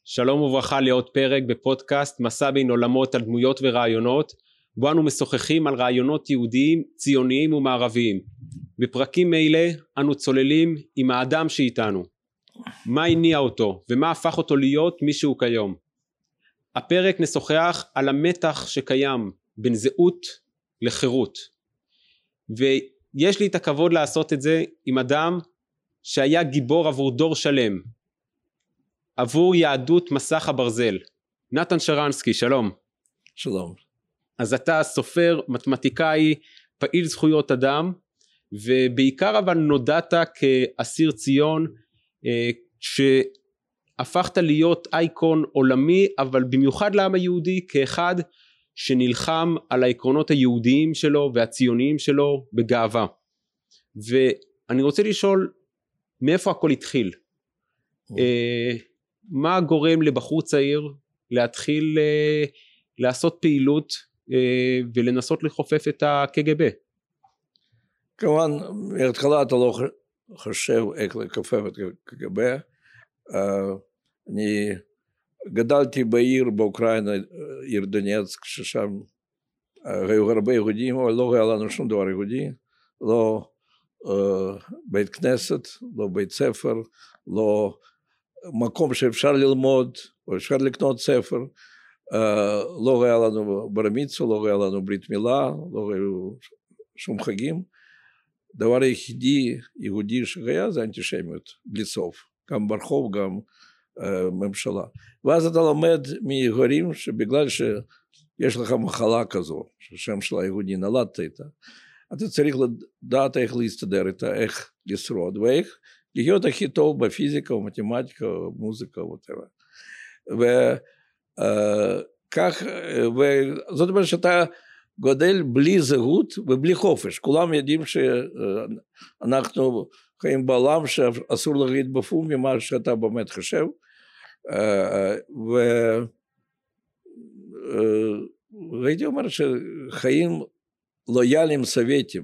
שלום וברכה לעוד פרק בפודקאסט מסע בין עולמות על דמויות ורעיונות, בו אנו משוחחים על רעיונות יהודיים, ציוניים ומערביים. בפרקים אלה אנו צוללים עם האדם שאיתנו, מה הניע אותו ומה הפך אותו להיות מי שהוא כיום. הפרק נשוחח על המתח שקיים בין זהות לחירות, ויש לי את הכבוד לעשות את זה עם אדם שהיה גיבור עבור דור שלם, עבור יהדות מסך הברזל. נתן שרנסקי, שלום. שלום. אז אתה סופר, מתמטיקאי, פעיל זכויות אדם, ובעיקר אבל נודעת כאסיר ציון, שהפכת להיות אייקון עולמי, אבל במיוחד לעם היהודי כאחד שנלחם על העקרונות היהודיים שלו והציוניים שלו בגאווה. ואני רוצה לשאול, מאיפה הכל התחיל? מה גורם לבחור צעיר להתחיל לעשות פעילות ולנסות לחופף את הקג"ב? כמובן, מההתחלה אתה לא חושב איך לחופף את הקג"ב. אני גדלתי בעיר באוקראינה, עיר דונייצק, ששם היו הרבה יהודים, אבל לא היה לנו שום דבר יהודי, לא בית כנסת, לא בית ספר, לא מקום שאפשר ללמוד, או אפשר לקנות ספר, לא היה לנו בר מצווה, לא היה לנו ברית מילה, לא היו שום חגים. דבר היחידי יהודי שהיה זה אנטישמיות, בלי סוף, גם ברחוב, גם ממשלה. ואז אתה לומד מהורים שבגלל שיש לך מחלה כזו, שהשם של היהודי נולדת איתה, אתה צריך לדעת איך להסתדר איתה, איך לשרוד, ואיך להיות הכי טוב בפיזיקה או מתמטיקה או מוזיקה או whatever. וכך, וזאת אומרת שאתה גודל בלי זהות ובלי חופש. כולם יודעים שאנחנו חיים בעולם שאסור להגיד בפום ממה שאתה באמת חושב. והייתי אומר שחיים לויאליים סובייטים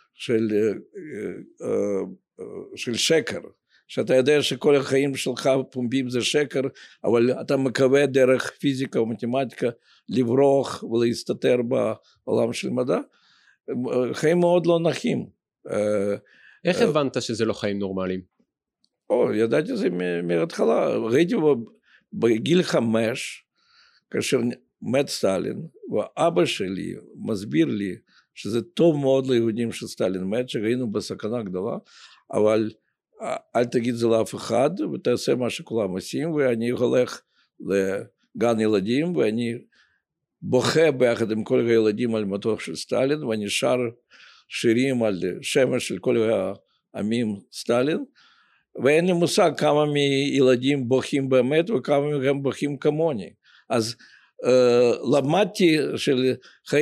של שקר, שאתה יודע שכל החיים שלך פומביים זה שקר, אבל אתה מקווה דרך פיזיקה ומתמטיקה לברוח ולהסתתר בעולם של מדע, חיים מאוד לא נחים. איך הבנת שזה לא חיים נורמליים? ידעתי זה מההתחלה, ראיתי בגיל 5, כאשר מת סטלין, ואבא שלי מסביר לי שזה טוב מאוד ליהודים שסטלין מת, שראינו בסכנה גדולה, אבל אל תגיד זה לאף אחד, ותעשה מה שכולם עושים, ואני הולך לגן ילדים, ואני בוכה ביחד עם כל הילדים על מותו של סטלין, ואני שר שירים על שמש של כל העמים סטלין, ואין לי מושג כמה מילדים בוכים באמת, וכמה מהם בוכים כמוני. אז למדתי של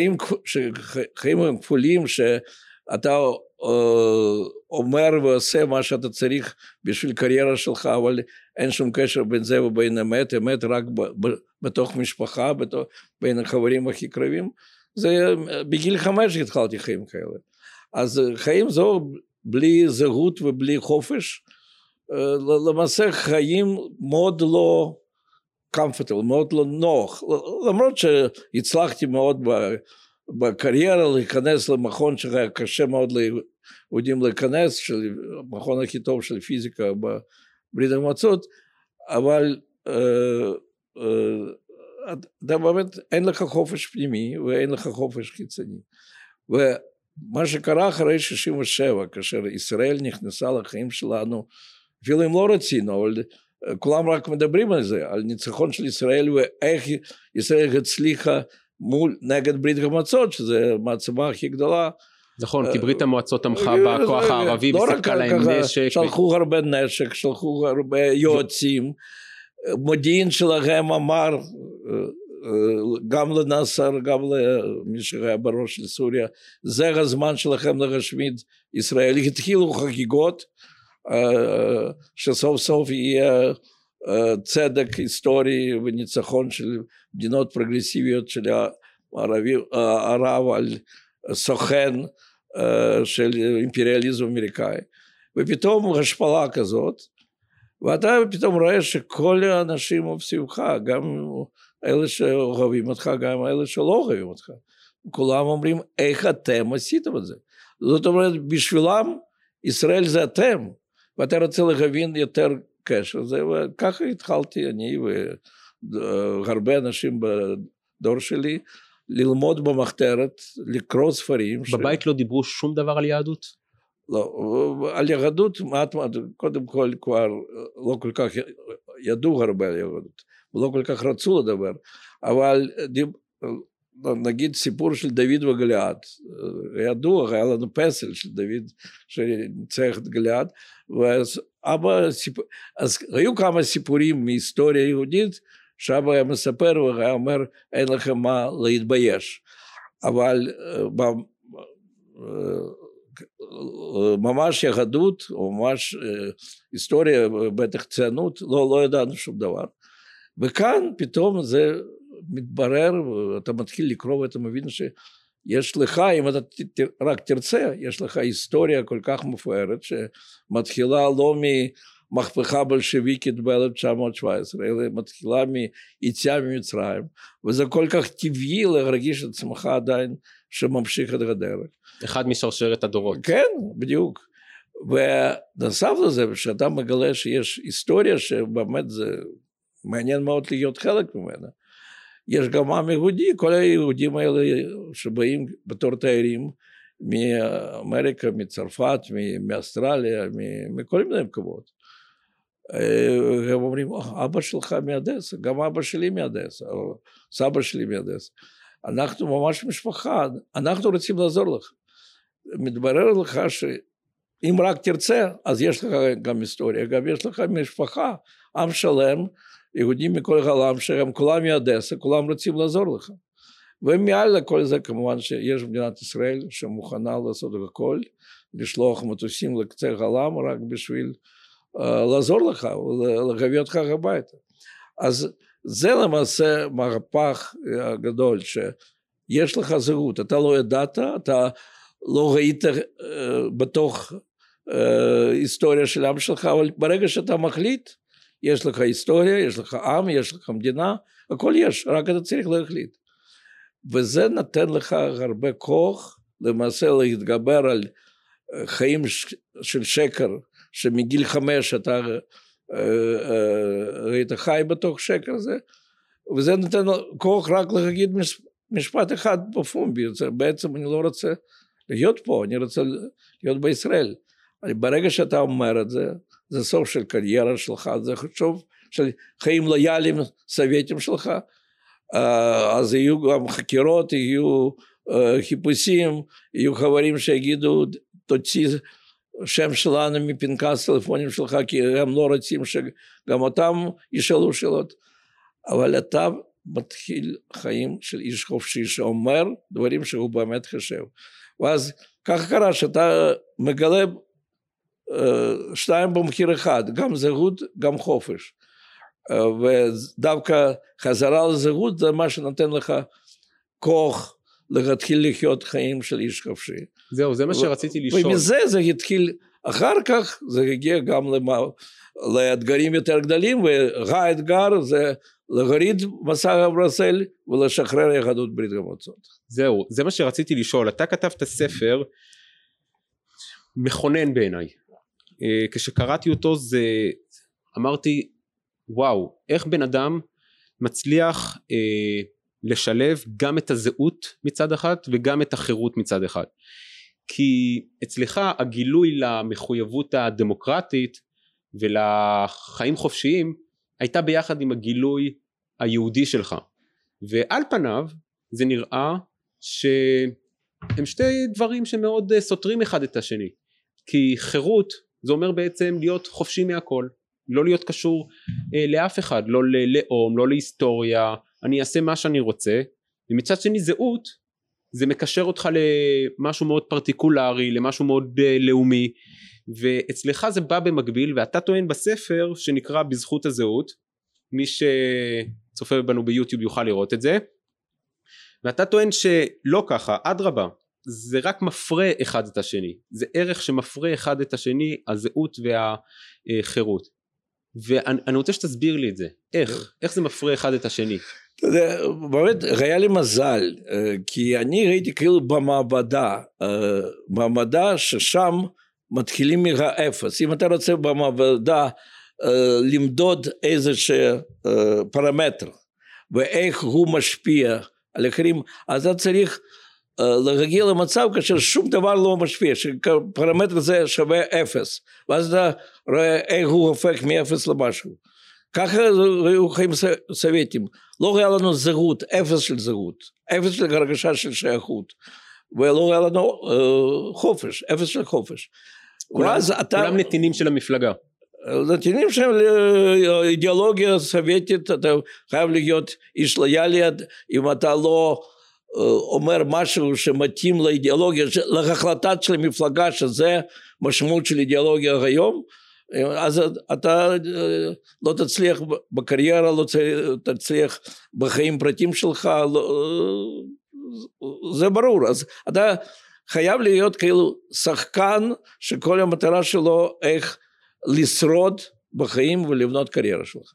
חיים כפולים, שאתה אומר ועושה מה שאתה צריך בשביל קריירה שלך, אבל אין שום קשר בין זה ובין אמת, אמת רק בתוך משפחה, בין החברים הכי קרבים. זה בגיל 5 התחלתי חיים כאלה. אז חיים זו בלי זהות ובלי חופש, למעשה חיים מאוד לא comfortable, מאוד לא נוח, למרות שהצלחתי מאוד בקריירה להיכנס למכון שהיה קשה מאוד ליהודים להיכנס, של המכון הכי טוב של פיזיקה בברית המועצות, אבל אתה באמת אין לך חופש פנימי ואין לך חופש חיצוני. ומה שקרה אחרי 67, כאשר ישראל נכנסה לחיים שלנו, אפילו אם לא רצינו, אבל כולם רק מדברים על זה, על ניצחון של ישראל ואיך ישראל הצליחה נגד ברית המועצות, שזה המעצמה הכי גדולה. נכון, כי ברית המועצות תמכה בכוח הערבי וסיפקה להם נשק. שלחו הרבה נשק, שלחו הרבה יועצים, מודיעין שלהם אמר, גם לנאסר, גם למי שהיה בראש של סוריה, זה הזמן שלכם להשמיד ישראל. התחילו חגיגות, שסוף סוף יהיה צדק היסטורי וניצחון של מדינות פרוגרסיביות של הערב על סוכן של אימפריאליזם אמריקאי, ופתאום השפלה כזאת, ואתה פתאום רואה שכל האנשים סביבך, גם אלה שאוהבים אותך, גם אלה שלא אוהבים אותך, כולם אומרים איך אתם עשיתם את זה. זאת אומרת בשבילם ישראל זה אתם, ואתה רוצה להבין יותר קשר זה, וככה התחלתי אני והרבה אנשים בדור שלי ללמוד במחתרת, לקרוא ספרים. בבית לא דיברו שום דבר על יהדות? לא, על יהדות קודם כל כבר לא כל כך ידעו הרבה על יהדות, ולא כל כך רצו לדבר, אבל נגיד סיפור של דוד וגליעד, ידוע, היה לנו פסל של דוד שניצח את גליעד, אז היו כמה סיפורים מהיסטוריה יהודית, שאבא היה מספר והיה אומר אין לכם מה להתבייש, אבל ממש יהדות או ממש היסטוריה בטח ציונות לא ידענו שום דבר, וכאן פתאום זה מתברר ואתה מתחיל לקרוא ואתה מבין שיש לך, אם אתה רק תרצה, יש לך היסטוריה כל כך מפוארת שמתחילה לא מהמהפכה בולשביקית ב-1917 אלא מתחילה מיציאה ממצרים, וזה כל כך טבעי להרגיש את עצמך עדיין שממשיך את הדרך. אחד משרשרת הדורות. כן, בדיוק. ונוסף לזה, שאתה מגלה שיש היסטוריה שבאמת זה מעניין מאוד להיות חלק ממנה. יש גם עם יהודי, כל היהודים האלה שבאים בתור תיירים מאמריקה, מצרפת, מאוסטרליה, מכל מיני מקומות. הם אומרים, אבא שלך מאדסה, גם אבא שלי מאדסה, או סבא שלי מאדסה. אנחנו ממש משפחה, אנחנו רוצים לעזור לך. מתברר לך שאם רק תרצה, אז יש לך גם היסטוריה, גם יש לך משפחה, עם שלם, יהודים מכל העולם, שהם כולם מאדסה, כולם רוצים לעזור לך. ומעל לכל זה כמובן שיש מדינת ישראל שמוכנה לעשות את הכל, לשלוח מטוסים לקצה העולם רק בשביל לעזור לך ולהביא אותך הביתה. אז זה למעשה מהפך גדול, שיש לך זהות, אתה לא ידעת, אתה לא ראית בתוך היסטוריה של עם שלך, אבל ברגע שאתה מחליט, יש לך היסטוריה, יש לך עם, יש לך מדינה, הכל יש, רק אתה צריך להחליט. וזה נותן לך הרבה כוח, למעשה להתגבר על חיים של שקר, שמגיל 5 אתה היית חי בתוך שקר הזה, וזה נותן כוח רק להגיד משפט אחד בפומבי, בעצם אני לא רוצה להיות פה, אני רוצה להיות בישראל. ברגע שאתה אומר את זה, זה סוף של קריירה שלך, זה חשוב של חיים לויאליים סובייטים שלך, אז יהיו גם חקירות, יהיו חיפושים, יהיו חברים שיגידו תוציא שם שלנו מפנקס טלפונים שלך, כי הם לא רוצים שגם אותם ישאלו שאלות, אבל אתה מתחיל חיים של איש חופשי שאומר דברים שהוא באמת חושב, ואז כך קרה שאתה מגלה שתיים במחיר אחד, גם זהות גם חופש, ודווקא חזרה לזהות זה מה שנותן לך כוח להתחיל לחיות חיים של איש חופשי. זהו, זה מה שרציתי לשאול. ומזה זה התחיל, אחר כך זה הגיע גם לאתגרים יותר גדולים, והאתגר זה להוריד מסע הברזל ולשחרר יהדות ברית המועצות. זהו, זה מה שרציתי לשאול. אתה כתבת ספר מכונן בעיניי. כשקראתי אותו אמרתי, וואו, איך בן אדם מצליח לשלב גם את הזהות מצד אחד וגם את החירות מצד אחד. כי אצלך הגילוי למחויבות הדמוקרטית ולחיים חופשיים הייתה ביחד עם הגילוי היהודי שלך, ועל פניו זה נראה שהם שתי דברים שמאוד סותרים אחד את השני, כי חירות זה אומר בעצם להיות חופשי מהכל, לא להיות קשור לאף אחד, לא ללאום, לא להיסטוריה, אני אעשה מה שאני רוצה, ומצד שני זהות זה מקשר אותך למשהו מאוד פרטיקולרי, למשהו מאוד לאומי, ואצלך זה בא במקביל, ואתה טוען בספר שנקרא בזכות הזהות, מי שצופה בנו ביוטיוב יוכל לראות את זה, ואתה טוען שלא ככה, אדרבה, זה רק מפרה אחד את השני, זה ערך שמפרה אחד את השני, הזהות והחירות. ואני רוצה שתסביר לי את זה, איך זה מפריע אחד את השני? אתה יודע, באמת היה לי מזל, כי אני ראיתי כאילו במעבדה ששם מתחילים מהאפס. אם אתה רוצה במעבדה למדוד איזשהו פרמטר ואיך הוא משפיע על אחרים, אז אתה צריך להגיע למצב כאשר שום דבר לא משפיע, שפרמטר זה שווה אפס, ואז אתה רואה איך הוא הופך מאפס למשהו. ככה היו חיים סובייטים, לא היה לנו זהות, אפס של זהות, אפס של הרגשה של שייכות, ולא היה לנו חופש, אפס של חופש. כולם נתינים של המפלגה. נתינים של אידיאולוגיה סובייטית, אתה חייב להיות איש לויאלי, אם אתה לא אומר משהו שמתאים לאידיאולוגיה, להחלטת של המפלגה, שזה משמעות של אידיאולוגיה היום, אז אתה לא תצליח בקריירה, לא תצליח בחיים פרטיים שלך, זה ברור. אז אתה חייב להיות כאילו שחקן שכל המטרה שלו איך לשרוד בחיים ולבנות קריירה שלך.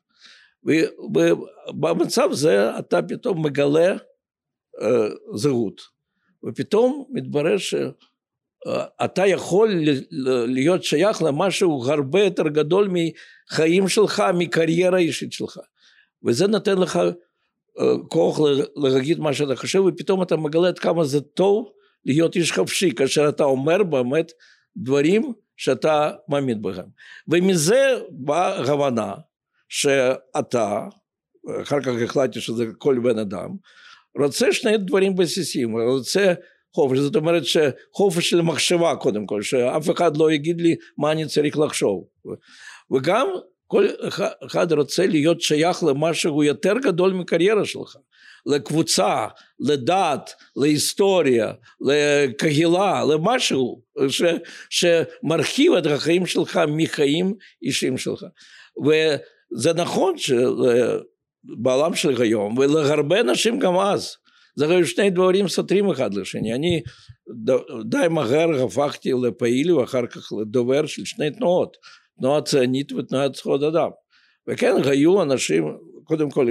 ובמצב זה אתה פתאום מגלה זהות, ופתאום מתברר שאתה יכול להיות שייך למשהו הרבה יותר גדול מחיים שלך, מקריירה אישית שלך, וזה נותן לך כוח להגיד מה שאתה חושב, ופתאום אתה מגלה את כמה זה טוב להיות איש חופשי, כאשר אתה אומר באמת דברים שאתה מאמין בהם. ומזה באה הבנה שאתה, אחר כך החלטתי שזה כל בן אדם, רוצה שני דברים בסיסיים, רוצה חופש, זאת אומרת שחופש של מחשבה קודם כל, שאף אחד לא יגיד לי מה אני צריך לחשוב, וגם כל אחד רוצה להיות שייך למשהו יותר גדול מקריירה שלך, לקבוצה, לדת, להיסטוריה, לקהילה, למשהו שמרחיב את החיים שלך מחיים אישיים שלך. וזה נכון בעולם של היום, ולהרבה אנשים גם אז, זה היו שני דברים סותרים אחד לשני. אני די מהר הפכתי לפעיל ואחר כך לדובר של שני תנועות, תנועה ציונית ותנועת זכויות אדם. וכן, היו אנשים, קודם כל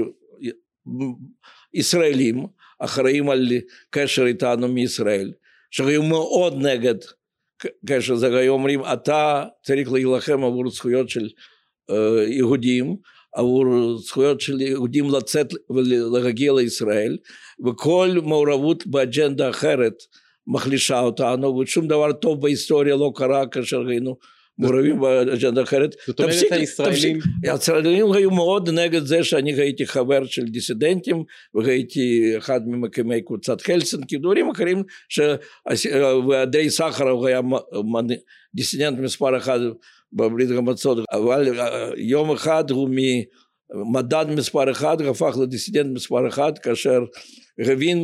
ישראלים, אחראים על קשר איתנו מישראל, שהיו מאוד נגד קשר, זה היו אומרים, אתה צריך להילחם עבור זכויות של יהודים, עבור זכויות של יהודים לצאת ולהגיע לישראל, וכל מעורבות באג'נדה אחרת מחלישה אותנו, ושום דבר טוב בהיסטוריה לא קרה כאשר היינו מעורבים באג'נדה אחרת. זאת אומרת הישראלים היו מאוד נגד זה שאני הייתי חבר של דיסידנטים, והייתי אחד ממקימי קבוצת הלסינקי, דברים אחרים, ואנדרי סחרוב היה דיסידנט מספר אחד בברית המועצות, אבל יום אחד הוא ממדד מספר אחד הפך לדיסידנט מספר אחד, כאשר הבין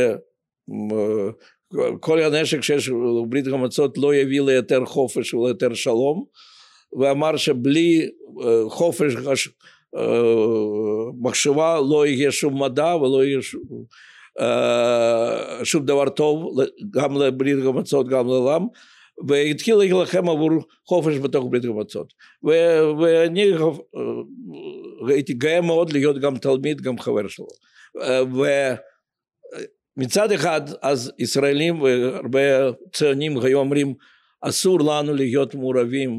שכל הנשק שיש בברית המועצות לא יביא ליותר חופש וליותר שלום, ואמר שבלי חופש מחשבה לא יהיה שום מדע ולא יהיה שום דבר טוב גם לברית המועצות גם לעולם, והתחיל להילחם עבור חופש בתוך ברית המועצות. ואני הייתי גאה מאוד להיות גם תלמיד, גם חבר שלו. ומצד אחד, אז ישראלים והרבה ציונים היו אומרים, אסור לנו להיות מעורבים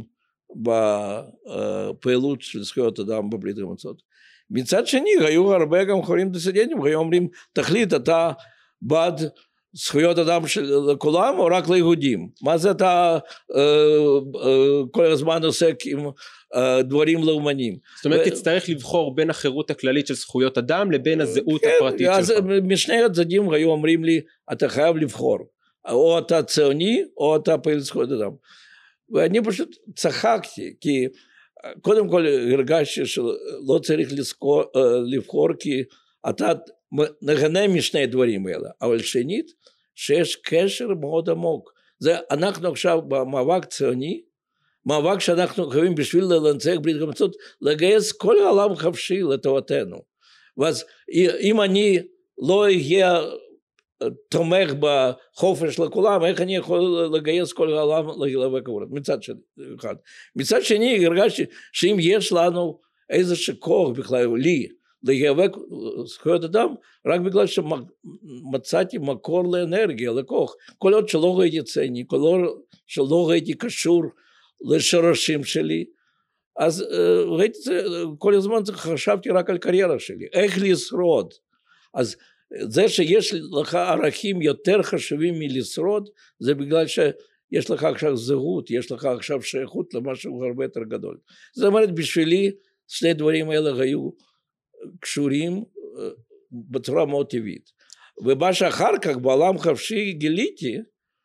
בפעילות של זכויות אדם בברית המועצות. מצד שני, היו הרבה גם חברים דיסידנטים, היו אומרים, תחליט, אתה בעד זכויות אדם של כולם או רק ליהודים? מה זה אתה כל הזמן עוסק עם דברים לאומניים? זאת אומרת תצטרך לבחור בין החירות הכללית של זכויות אדם לבין הזהות הפרטית שלך. אז משני הצדדים היו אומרים לי, אתה חייב לבחור, או אתה ציוני או אתה פעיל זכויות אדם. ואני פשוט צחקתי, כי קודם כל הרגשתי שלא צריך לבחור, כי אתה נהנה משני דברים האלה, אבל שנית, שיש קשר מאוד עמוק. זה אנחנו עכשיו במאבק ציוני, מאבק שאנחנו חייבים בשביל לנצח ברית המועצות, לגייס כל העולם חופשי לטובתנו. ואז אם אני לא אהיה תומך בחופש לכולם, איך אני יכול לגייס כל העולם להיאבק עבורו, מצד אחד. מצד שני, הרגשתי שאם יש לנו איזשהו כוח בכלל, לי, להיאבק זכויות אדם, רק בגלל שמצאתי מקור לאנרגיה, לכוח, כל עוד שלא ראיתי ציני, כל עוד שלא ראיתי קשור לשורשים שלי, אז ראיתי, כל הזמן חשבתי רק על קריירה שלי, איך לשרוד. אז זה שיש לך ערכים יותר חשובים מלשרוד, זה בגלל שיש לך עכשיו זהות, יש לך עכשיו שייכות למשהו הרבה יותר גדול. זאת אומרת, בשבילי שני דברים האלה היו קשורים בצורה מאוד טבעית. ומה שאחר כך בעולם חופשי גיליתי,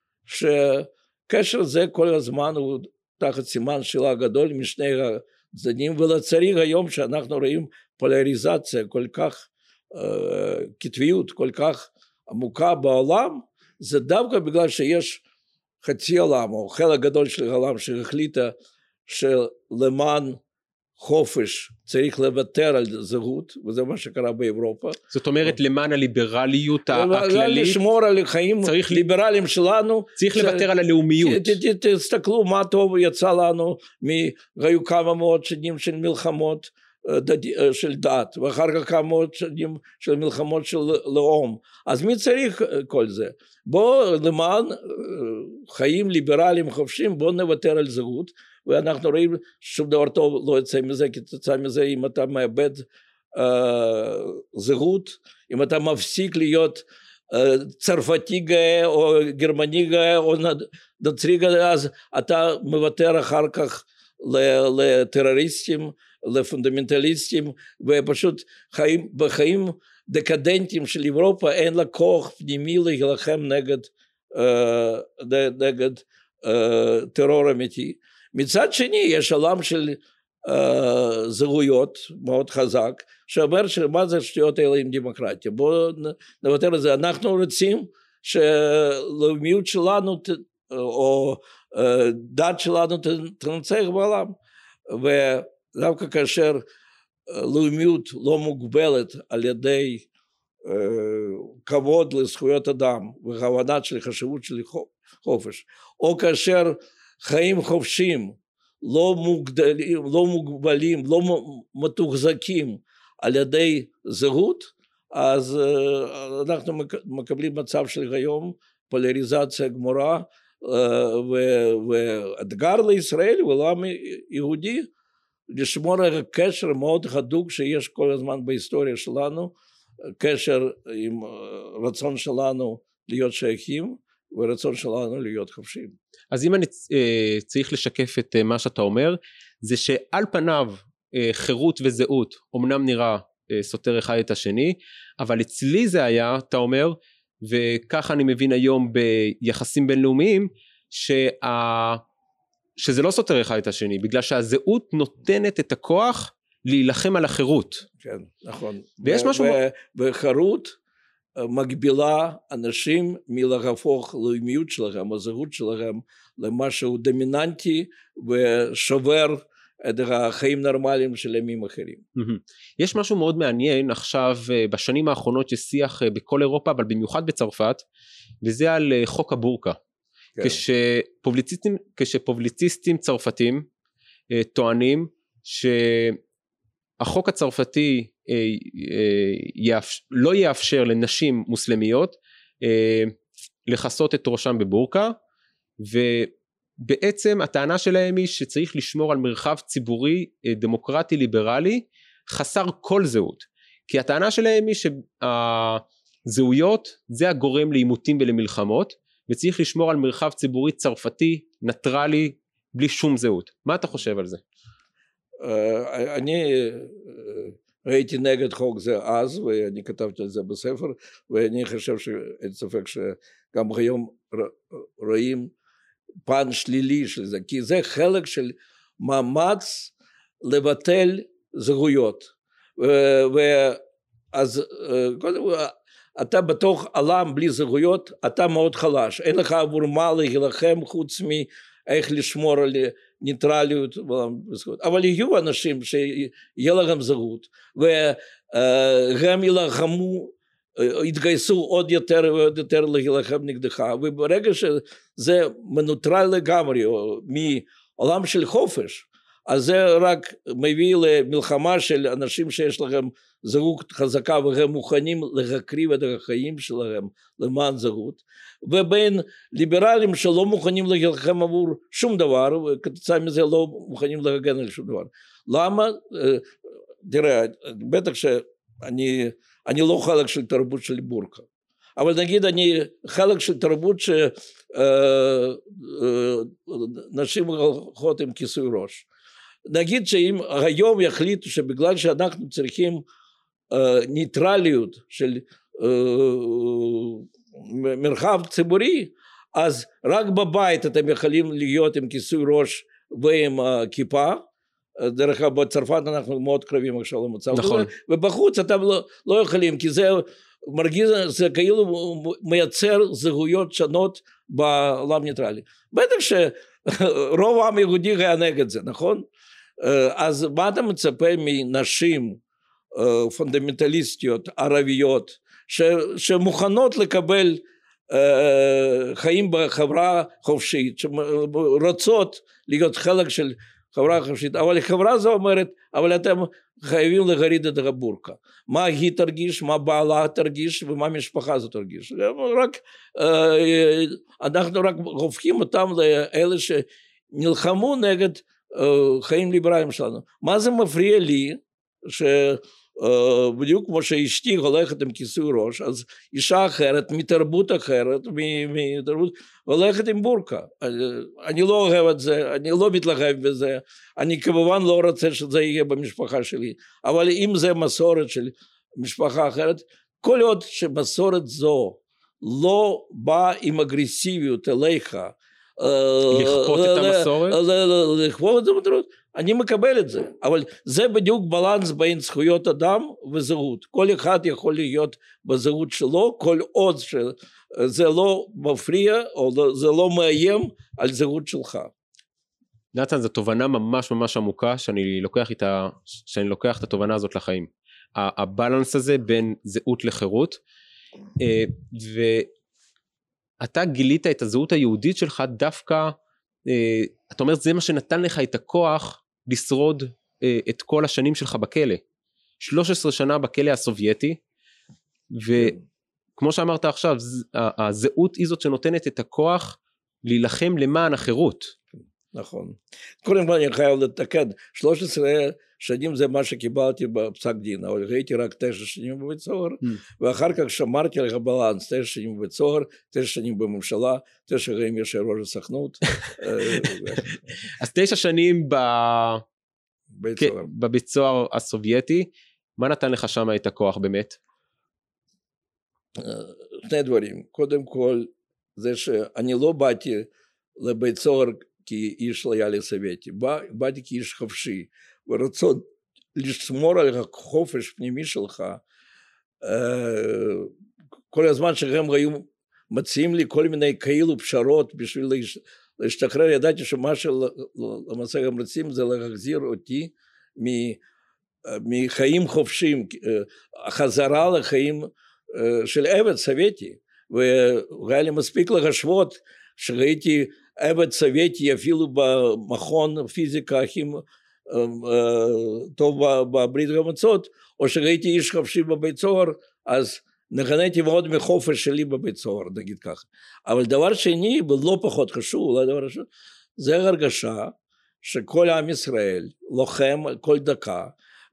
שקשר זה כל הזמן הוא תחת סימן שאלה גדול משני הצדדים, ולצערי היום שאנחנו רואים פולריזציה כל כך, קטביות כל כך עמוקה בעולם, זה דווקא בגלל שיש חצי עולם או חלק גדול של העולם שהחליטה שלמען חופש צריך לוותר על זהות, וזה מה שקרה באירופה. זאת אומרת למען הליברליות הכללית, לשמור על החיים ליברליים שלנו, צריך לוותר על הלאומיות. תסתכלו מה טוב יצא לנו, היו כמה מאות שנים של מלחמות של דת, ואחר כך כמה מאות שנים של מלחמות של לאום, אז מי צריך כל זה? בוא למען חיים ליברליים חופשיים, בוא נוותר על זהות, ואנחנו רואים שום דבר טוב לא יוצא מזה, כתוצאה מזה אם אתה מאבד זהות, אם אתה מפסיק להיות צרפתי גאה או גרמני גאה או נוצרי גאה, אז אתה מוותר אחר כך לטרוריסטים, לפונדמנטליסטים, ופשוט בחיים דקדנטים של אירופה אין לה כוח פנימי להילחם נגד טרור אמיתי. מצד שני יש עולם של זהויות מאוד חזק, שאומר שמה זה שטויות האלה עם דמוקרטיה, בואו נוותר על זה, אנחנו רוצים שלאומיות שלנו או דת שלנו תנצח בעולם, ודווקא כאשר לאומיות לא מוגבלת על ידי כבוד לזכויות אדם והבנה של חשיבות של חופש, או כאשר חיים חופשיים לא מוגבלים, לא מתוחזקים על ידי זהות, אז אנחנו מקבלים מצב של היום פולריזציה גמורה, ואתגר לישראל ולעם יהודי לשמור על הקשר מאוד הדוק שיש כל הזמן בהיסטוריה שלנו, קשר עם רצון שלנו להיות שייכים ורצון שלנו להיות חופשיים. אז אם אני צריך לשקף את מה שאתה אומר, זה שעל פניו חירות וזהות אמנם נראה סותר אחד את השני, אבל אצלי זה היה, אתה אומר, וככה אני מבין היום ביחסים בינלאומיים, שזה לא סותר אחד את השני, בגלל שהזהות נותנת את הכוח להילחם על החירות. כן, נכון. ויש משהו... וחירות מגבילה אנשים מלהפוך לאומיות שלהם, הזהות שלהם, למשהו דומיננטי ושובר את החיים נורמליים של ימים אחרים. יש משהו מאוד מעניין עכשיו בשנים האחרונות ששיח בכל אירופה, אבל במיוחד בצרפת, וזה על חוק הבורקה. כן. כשפובליציסטים צרפתים טוענים שהחוק הצרפתי לא יאפשר לנשים מוסלמיות לחסות את ראשם בבורקה, ובעצם הטענה שלהם היא שצריך לשמור על מרחב ציבורי דמוקרטי ליברלי חסר כל זהות, כי הטענה שלהם היא שהזהויות זה הגורם לעימותים ולמלחמות, וצריך לשמור על מרחב ציבורי צרפתי ניטרלי בלי שום זהות. מה אתה חושב על זה? אני ראיתי נגד חוק זה אז, ואני כתבתי על זה בספר, ואני חושב שאין ספק שגם היום רואים פן שלילי של זה, כי זה חלק של מאמץ לבטל זהויות, ואז קודם אתה בתוך עולם בלי זהויות, אתה מאוד חלש, אין לך עבור מה להילחם חוץ מאיך לשמור על ניטרליות, אבל יהיו אנשים שיהיה להם זהות, והם ילחמו התגייסו עוד יותר ועוד יותר להילחם נגדך, וברגע שזה מנוטרל לגמרי מעולם של חופש, אז זה רק מביא למלחמה של אנשים שיש לכם זהות חזקה והם מוכנים להקריב את החיים שלהם למען זהות, ובין ליברלים שלא מוכנים להילחם עבור שום דבר וכתוצאה מזה לא מוכנים להגן על שום דבר. למה? תראה, בטח שאני לא חלק של תרבות של בורקה, אבל נגיד אני חלק של תרבות שנשים הולכות עם כיסוי ראש. נגיד שאם היום יחליטו שבגלל שאנחנו צריכים ניטרליות של מרחב ציבורי, אז רק בבית אתם יכולים להיות עם כיסוי ראש ועם כיפה, דרך אגב בצרפת אנחנו מאוד קרבים עכשיו למצב, נכון. ובחוץ אתם לא יכולים, כי זה מרגיש, זה כאילו מייצר זהויות שונות בעולם ניטרלי. בטח שרוב העם היהודי היה נגד זה, נכון? אז מה אתה מצפה מנשים פונדמנטליסטיות ערביות שמוכנות לקבל חיים בחברה חופשית, שרוצות להיות חלק של חברה חופשית, אבל חברה זו אומרת, אבל אתם חייבים להוריד את הבורקה. מה היא תרגיש, מה בעלה תרגיש ומה המשפחה זו תרגיש. אנחנו רק הופכים אותם לאלה שנלחמו נגד חיים ליברליים שלנו. מה זה מפריע לי שבדיוק כמו שאשתי הולכת עם כיסוי ראש, אז אישה אחרת מתרבות אחרת הולכת עם בורקה. אני לא אוהב את זה, אני לא מתלהב בזה, אני כמובן לא רוצה שזה יהיה במשפחה שלי, אבל אם זה מסורת של משפחה אחרת, כל עוד שמסורת זו לא באה עם אגרסיביות אליך, לכפות את המסורת? לכפות את המסורת, אני מקבל את זה, אבל זה בדיוק בלנס בין זכויות אדם וזהות. כל אחד יכול להיות בזהות שלו, כל עוד שזה לא מפריע או זה לא מאיים על זהות שלך. נתן, זו תובנה ממש ממש עמוקה שאני לוקח את התובנה הזאת לחיים. הבלנס הזה בין זהות לחירות, ואתה גילית את הזהות היהודית שלך דווקא, אתה אומר זה מה שנתן לך את הכוח לשרוד את כל השנים שלך בכלא. 13 שנה בכלא הסובייטי, וכמו שאמרת עכשיו, הזהות היא זאת שנותנת את הכוח להילחם למען החירות. נכון. קודם כל אני חייב לתקן, 13 שנים זה מה שקיבלתי בפסק דין, אבל הייתי רק 9 שנים בבית סוהר, ואחר כך שמרתי על הבלנס, 9 שנים בבית סוהר, 9 שנים בממשלה, 9 שנים יושב ראש הסוכנות. אז 9 שנים בבית סוהר הסובייטי, מה נתן לך שם את הכוח באמת? שני דברים, קודם כל זה שאני לא באתי לבית סוהר כאיש לויאלי סובייטי, באתי כאיש חופשי, ורצון לשמור על החופש פנימי שלך, כל הזמן שהם היו מציעים לי כל מיני כאילו פשרות בשביל להשתחרר, ידעתי שמה שלמעשה הם רוצים זה להחזיר אותי מחיים חופשיים, חזרה לחיים של עבד סובייטי, והיה לי מספיק להשוות שראיתי עבד סובייטי אפילו במכון פיזיקה הכי טוב בברית המועצות, או שראיתי איש חופשי בבית סוהר, אז נהניתי מאוד מחופש שלי בבית סוהר, נגיד ככה. אבל דבר שני, ולא פחות חשוב, זה הרגשה שכל עם ישראל לוחם כל דקה,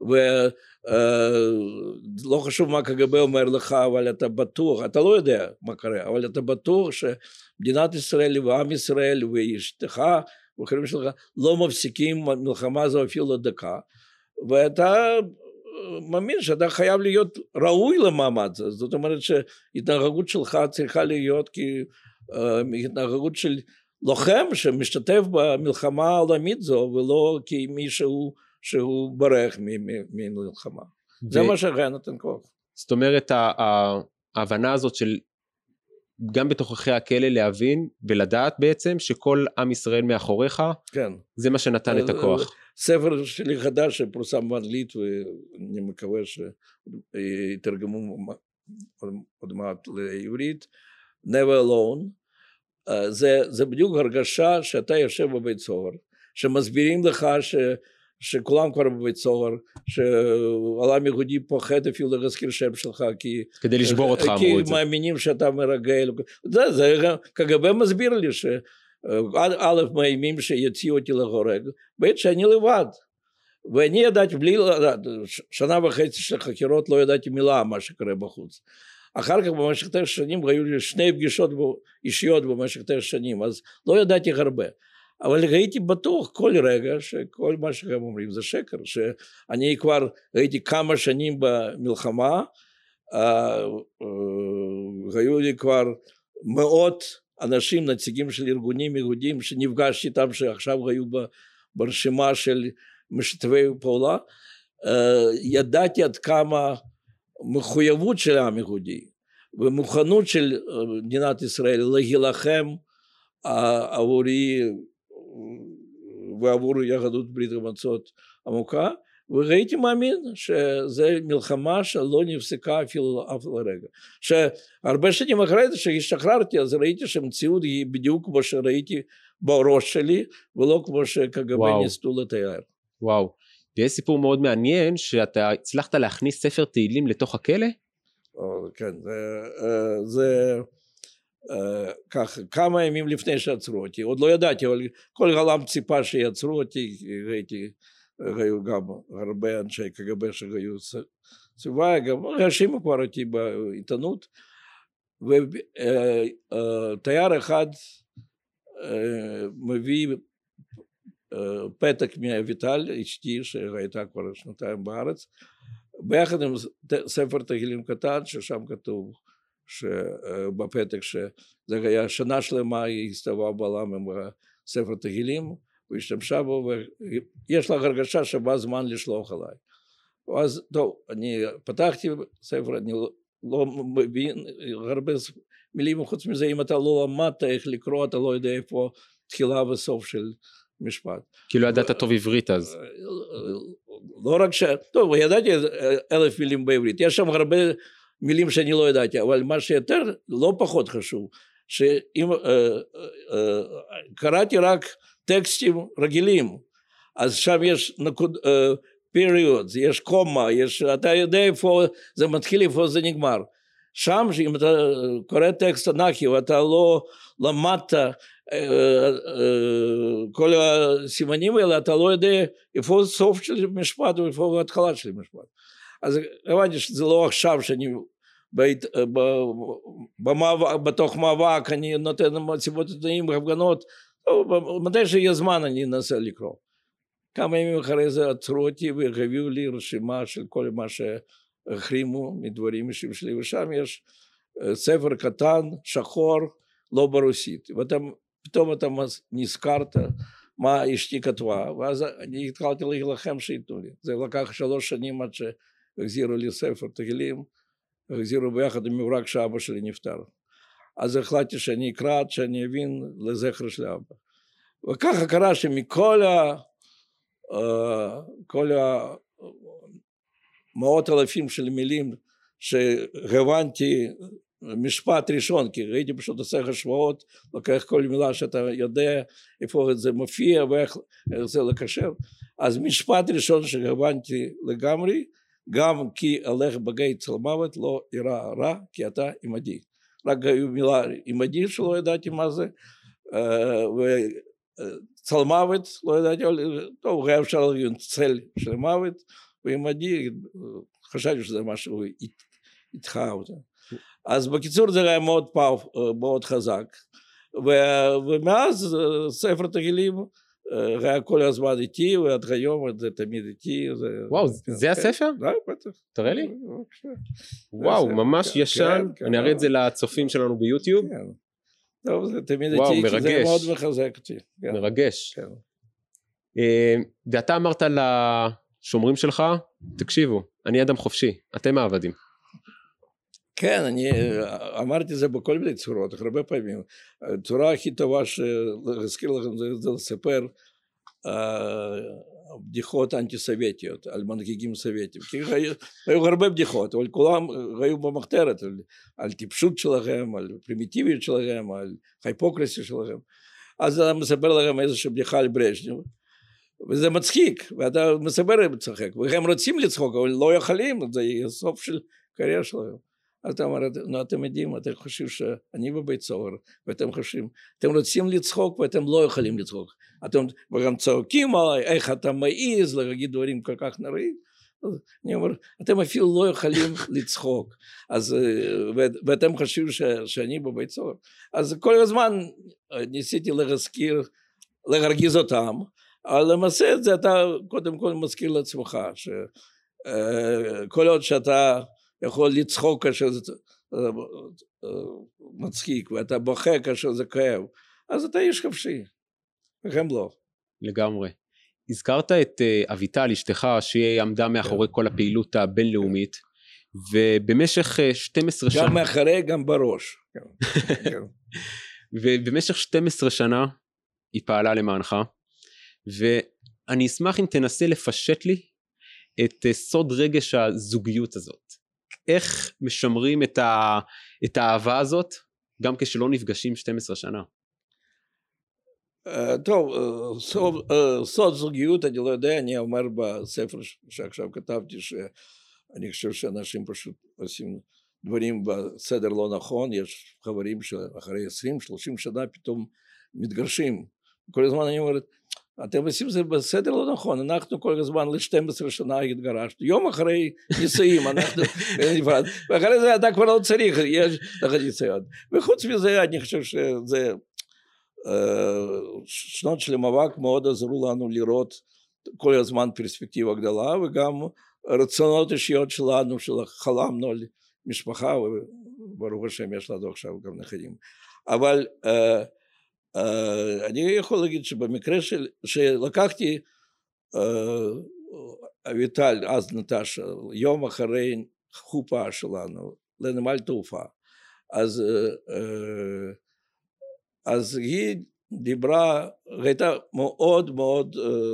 ולא חשוב מה קג"ב אומר לך, אבל אתה בטוח, אתה לא יודע מה קרה, אבל אתה בטוח שמדינת ישראל ועם ישראל ואשתך ואחרים שלך לא מפסיקים מלחמה הזו אפילו דקה, ואתה מאמין שאתה חייב להיות ראוי למעמד הזה, זאת אומרת שהתנהגות שלך צריכה להיות כהתנהגות של לוחם שמשתתף במלחמה העולמית זו, ולא כמישהו שהוא ברח ממלחמה. זה מה שהיה נותן כוח. זאת אומרת ההבנה הזאת של גם בתוככי הכלא להבין ולדעת בעצם שכל עם ישראל מאחוריך, כן. זה מה שנתן את הכוח. ספר שלי חדש שפורסם באנגלית, ואני מקווה שיתרגמו עוד מעט לעברית, never alone, זה בדיוק הרגשה שאתה יושב בבית סוהר, שמסבירים לך שכולם כבר בבית סוהר, שהעולם יהודי פוחד אפילו להזכיר שם שלך, כדי לשבור אותך אמרו את זה. כי מאמינים שאתה מרגל, זה קג"ב מסביר לי א' מאיימים שיציאו אותי להורג, ב' שאני לבד, ואני ידעתי בלי לדעת, שנה וחצי של חקירות לא ידעתי מילה מה שקורה בחוץ, אחר כך במשך 9 שנים היו לי 2 פגישות אישיות במשך 9 שנים, אז לא ידעתי הרבה, אבל הייתי בטוח כל רגע שכל מה שהם אומרים זה שקר, שאני כבר הייתי כמה שנים במלחמה, היו לי כבר מאות אנשים, נציגים של ארגונים יהודיים שנפגשתי איתם שעכשיו היו ברשימה של משתפי פעולה, ידעתי עד כמה מחויבות של העם היהודי ומוכנות של מדינת ישראל להילחם עבורי ועבור יהדות ברית המועצות עמוקה, והייתי מאמין שזה מלחמה שלא נפסקה אפילו אף לרגע. שהרבה שנים אחרי זה שהשתחררתי, אז ראיתי שהמציאות היא בדיוק כמו שראיתי בראש שלי, ולא כמו שקג"ב ניסו לתאר. וואו, ויש סיפור מאוד מעניין, שאתה הצלחת להכניס ספר תהילים לתוך הכלא? כן, זה ככה, כמה ימים לפני שעצרו אותי, עוד לא ידעתי, אבל כל העולם ציפה שיעצרו אותי, היו גם הרבה אנשי קג"ב שהיו סביבה, גם רשימו כבר אותי בעיתונות, ותייר אחד מביא פתק מאביטל, אשתי שהייתה כבר 2 בארץ, ביחד עם ספר תהילים קטן, ששם כתוב בפתק שזה היה שנה שלמה היא הסתובבה בעולם עם ספר תהילים, והשתמשה בו, ויש לה הרגשה שבא זמן לשלוח עליי. אז טוב, אני פתחתי ספר, אני לא מבין הרבה מילים, חוץ מזה, אם אתה לא למדת איך לקרוא, אתה לא יודע איפה תחילה וסוף של משפט. כי לא ידעת טוב עברית אז. לא רק טוב, ידעתי 1000 מילים בעברית, יש שם הרבה מילים שאני לא ידעתי, אבל מה שיותר, לא פחות חשוב, שאם קראתי רק טקסטים רגילים, אז שם יש periods, יש קומה, אתה יודע איפה זה מתחיל, איפה זה נגמר. שם, אם אתה קורא טקסט תנ"כי, ואתה לא למדת כל הסימנים האלה, אתה לא יודע איפה סוף של משפט, ואיפה התחלה של משפט. אז הבנתי שזה לא עכשיו שאני בתוך מאבק, אני נותן סיבות עיתונאים, הפגנות, מתי שיהיה זמן אני אנסה לקרוא. כמה ימים אחרי זה עצרו אותי והביאו לי רשימה של כל מה שהחרימו מדברים אישיים שלי, ושם יש ספר קטן, שחור, לא ברוסית, ופתאום אתה נזכרת מה אשתי כתבה, ואז אני התחלתי להילחם שייתנו לי. זה לקח 3 שנים עד שהחזירו לי ספר תהילים, החזירו ביחד עם מברק שאבא שלי נפטר. אז החלטתי שאני אקרא עד שאני אבין לזכר של אבא. וככה קרה שמכל כל מאות אלפים של מילים שהבנתי משפט ראשון, כי ראיתי פשוט עושה השוואות, לוקח כל מילה שאתה יודע איפה זה מופיע ואיך זה לקשר, אז משפט ראשון שהבנתי לגמרי, גם כי הלך בגיא צל מוות לא ירא רע, כי אתה עמדי. רק היו מילה עמדי שלא ידעתי מה זה, וצל מוות לא ידעתי, טוב, היה אפשר להגיד צל של מוות, ועמדי חשבתי שזה משהו איתך אותה. אז בקיצור זה היה מאוד חזק, ומאז ספר תהילים היה כל הזמן איתי, ועד היום זה תמיד איתי. וואו, זה הספר? בטח. תראה לי. וואו, ממש ישן, אני אראה את זה לצופים שלנו ביוטיוב. טוב, זה תמיד איתי, כי זה מאוד מחזק אותי. מרגש. ואתה אמרת לשומרים שלך, תקשיבו, אני אדם חופשי, אתם העבדים. כן, אני אמרתי זה בכל מיני צורות, הרבה פעמים. הצורה הכי טובה להזכיר לכם זה לספר, בדיחות אנטי-סובייטיות על מנהיגים סובייטים, כי היו הרבה בדיחות, אבל כולם היו במחתרת, על טיפשות שלכם, על פרימיטיביות שלכם, על היפוקרסיה שלכם. אז אתה מספר לכם איזושהי בדיחה על ברז'נייב, וזה מצחיק, ואתה מספר וצחק, והם רוצים לצחוק, אבל לא יכולים, זה יהיה סוף של קריירה שלהם. אתה אומר, נו, אתם יודעים, אתם חושבים שאני בבית סוהר, ואתם חושבים, אתם רוצים לצחוק ואתם לא יכולים לצחוק. אתם וגם צועקים עליי, איך אתה מעיז להגיד דברים כל כך נוראים. אני אומר, אתם אפילו לא יכולים לצחוק. אז, ואתם חושבים שאני בבית סוהר. אז כל הזמן ניסיתי להרגיז אותם, אבל למעשה את זה אתה קודם כל מזכיר לעצמך, שכל עוד שאתה יכול לצחוק כאשר זה מצחיק, ואתה בוכה כאשר זה כואב, אז אתה איש חופשי, והם לא. לגמרי. הזכרת את אביטל, אשתך, שהיא עמדה מאחורי כל הפעילות הבינלאומית, ובמשך 12 שנה... גם מאחורי, גם בראש. ובמשך 12 שנה היא פעלה למענך, ואני אשמח אם תנסה לפשט לי את סוד רגש הזוגיות הזאת. איך משמרים את האהבה הזאת, גם כשלא נפגשים 12 שנה? טוב, סוד זוגיות אני לא יודע, אני אומר בספר שעכשיו כתבתי, שאני חושב שאנשים פשוט עושים דברים בסדר לא נכון, יש חברים שאחרי 20-30 שנה פתאום מתגרשים, כל הזמן אני אומר, אתם עושים את זה בסדר לא נכון, אנחנו כל הזמן ל-12 שנה התגרשנו, יום אחרי נישואים אנחנו נפרד, ואחרי זה אתה כבר לא צריך, יש לך ניסיון, וחוץ מזה אני חושב שזה שנות של המאבק מאוד עזרו לנו לראות כל הזמן פרספקטיבה גדולה, וגם רצונות אישיות שלנו, חלמנו על משפחה, וברוך השם יש לנו עכשיו גם נכדים, אבל אני יכול להגיד שבמקרה שלקחתי אביטל, אז נטשה, יום אחרי חופה שלנו לנמל תעופה, אז היא דיברה, הייתה מאוד מאוד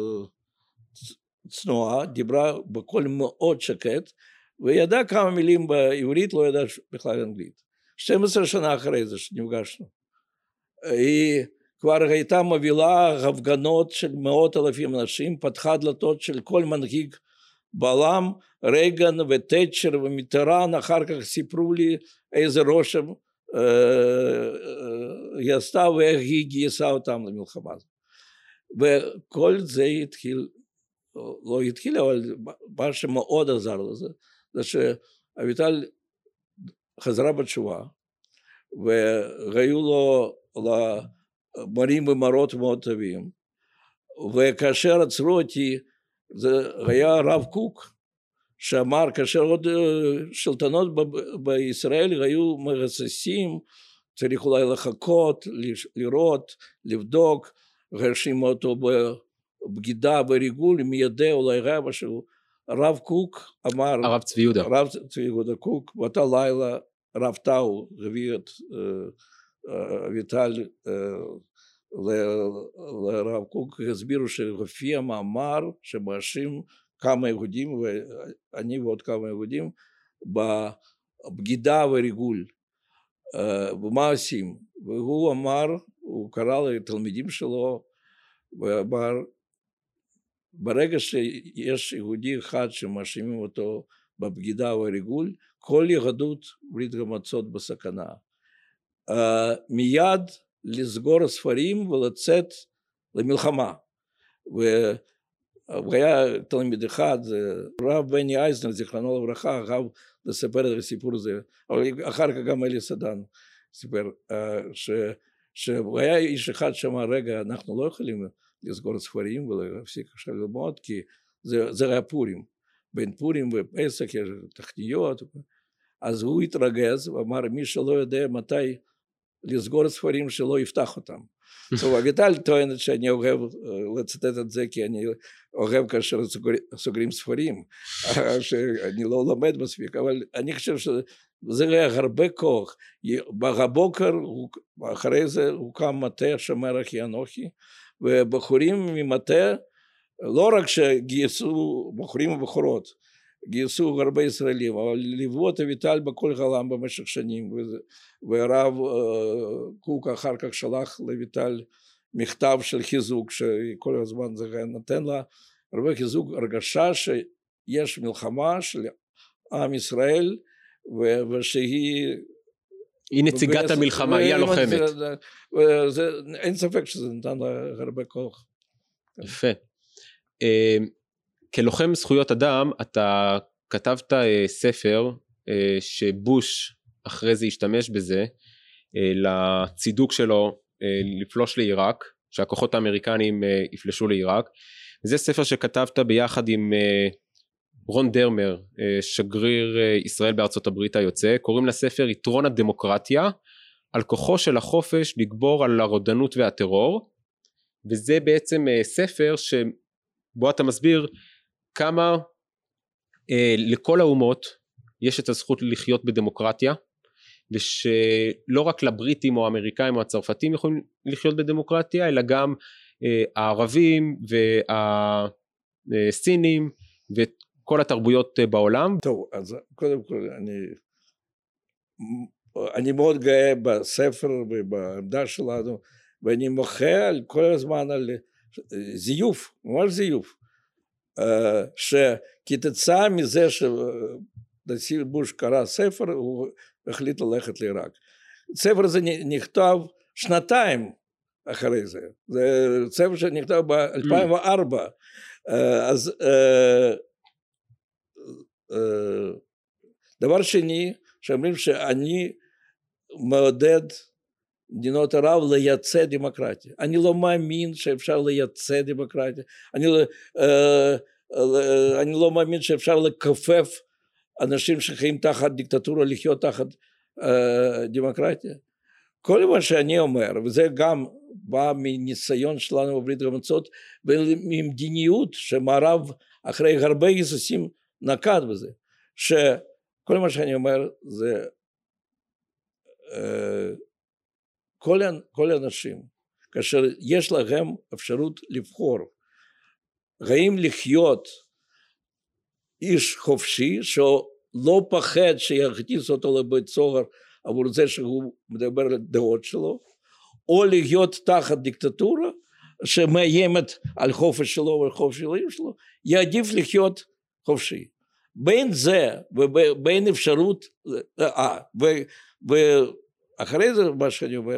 צנועה, דיברה בקול מאוד שקט, וידעה כמה מילים בעברית, לא ידעה בכלל אנגלית. 12 שנה אחרי זה שנפגשנו. היא כבר הייתה מובילה הפגנות של מאות אלפים אנשים, פתחה דלתות של כל מנהיג בעולם, רייגן וטצ'ר ומיטראן, אחר כך סיפרו לי איזה רושם היא עשתה ואיך היא גייסה אותם למלחמה. וכל זה התחיל, לא התחיל, אבל מה שמאוד עזר לזה, זה שאביטל חזרה בתשובה, והיו לו מורים ומורות מאוד טובים, וכאשר עצרו אותי, זה היה הרב קוק, שאמר, כאשר עוד שלטונות בישראל היו מרססים, צריך אולי לחכות, לראות, לבדוק, הרשימו אותו בבגידה, בריגול, מידי אולי רבע שהוא, הרב קוק אמר, הרב צבי יהודה. הרב צבי יהודה קוק, באותה לילה רב טאו הביא את אביטל לרב קוק, הסבירו שהופיע מאמר שמאשים כמה יהודים, ואני ועוד כמה יהודים, בבגידה וריגול, ומה עושים? והוא אמר, הוא קרא לתלמידים שלו, ואמר, ברגע שיש יהודי אחד שמאשימים אותו בבגידה וריגול, כל יהדות ברית המועצות בסכנה. מיד לסגור ספרים ולצאת למלחמה. והיה תלמיד אחד, רב בני אייזנר, זיכרונו לברכה, אהב לספר את הסיפור הזה, אבל אחר כך גם אלי סדן סיפר, שהיה איש אחד שאמר, רגע, אנחנו לא יכולים לסגור ספרים ולהפסיק עכשיו ללמוד, כי זה היה פורים, בין פורים ופסח יש תחתיות, אז הוא התרגז ואמר, מי שלא יודע מתי לסגור ספרים שלא יפתח אותם. אביטל טוענת שאני אוהב לצטט את זה, כי אני אוהב כאשר סוגרים ספרים, שאני לא לומד מספיק, אבל אני חושב שזה היה הרבה כוח. בבוקר, אחרי זה הוקם מטה שומר אחי אנוכי, ובחורים ממטה לא רק שגייסו בחורים ובחורות, גייסו הרבה ישראלים, אבל ליוו את אביטל בכל העולם במשך שנים, והרב קוק אחר כך שלח לאביטל מכתב של חיזוק, שכל הזמן זה נותן לה הרבה חיזוק, הרגשה שיש מלחמה של עם ישראל, ושהיא... היא נציגת המלחמה, היא הלוחמת. אין ספק שזה נתן לה הרבה כוח. יפה. כלוחם זכויות אדם, אתה כתבת ספר שבוש אחרי זה השתמש בזה, לצידוק שלו לפלוש לעיראק, שהכוחות האמריקנים יפלשו לעיראק. זה ספר שכתבת ביחד עם רון דרמר, שגריר ישראל בארצות הברית היוצא. קוראים לספר יתרון הדמוקרטיה, על כוחו של החופש לגבור על הרודנות והטרור, וזה בעצם ספר שבו אתה מסביר כמה לכל האומות יש את הזכות לחיות בדמוקרטיה, ושלא רק לבריטים או האמריקאים או הצרפתים יכולים לחיות בדמוקרטיה, אלא גם הערבים והסינים וכל התרבויות בעולם. טוב, אז קודם כל אני מאוד גאה בספר ובעמדה שלנו, ואני מוחה על כל הזמן על זיוף, ממש זיוף, שכתוצאה מזה שנשיא בוש קרא ספר, הוא החליט ללכת לעיראק. הספר הזה נכתב שנתיים אחרי זה, זה ספר שנכתב ב-2004, אז דבר שני, שאומרים שאני מעודד מדינות ערב לייצא דמוקרטיה. אני לא מאמין שאפשר לייצא דמוקרטיה, אני לא מאמין שאפשר לכופף אנשים שחיים תחת דיקטטורה לחיות תחת דמוקרטיה. כל מה שאני אומר, וזה גם בא מניסיון שלנו בברית המועצות, וממדיניות שמערב אחרי הרבה היסוסים נקט בזה, שכל מה שאני אומר זה כל האנשים, כאשר יש להם אפשרות לבחור, האם לחיות איש חופשי שלא פחד שיכניס אותו לבית סוהר עבור זה שהוא מדבר על דעות שלו, או להיות תחת דיקטטורה שמאיימת על חופש שלו ועל חופש הילדים שלו, יעדיף לחיות חופשי. בין זה ובין אפשרות, ואחרי זה מה שאני אומר,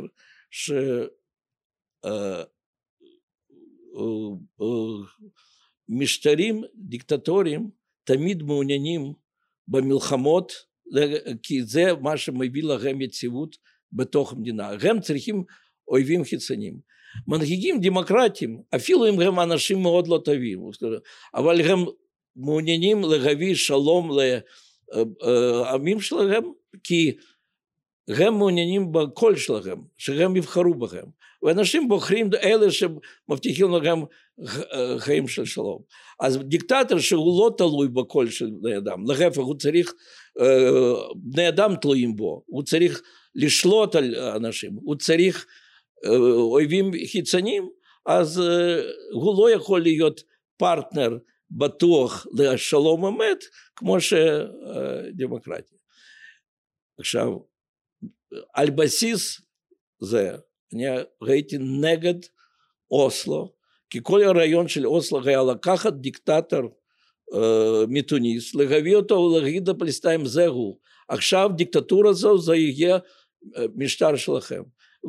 שמשטרים דיקטטוריים תמיד מעוניינים במלחמות, כי זה מה שמביא להם יציבות בתוך המדינה. הם צריכים אויבים חיצוניים. מנהיגים דמוקרטיים, אפילו אם הם אנשים מאוד לא טובים, אבל הם מעוניינים להביא שלום לעמים שלהם, כי הם מעוניינים בקול שלהם, שהם יבחרו בהם. ואנשים בוחרים אלה שמבטיחים להם חיים של שלום. אז דיקטטור שהוא לא תלוי בקול של בני אדם, להפך הוא צריך, בני אדם תלויים בו, הוא צריך לשלוט על אנשים, הוא צריך אויבים חיצוניים, אז הוא לא יכול להיות פרטנר בטוח לשלום אמת, כמו שדמוקרטיה. עכשיו, על בסיס זה, אני ראיתי נגד אוסלו, כי כל הרעיון של אוסלו היה לקחת דיקטטור מתוניס, להביא אותו ולהגיד לפלסטינים זהו, עכשיו דיקטטורה זו זה יהיה משטר שלכם.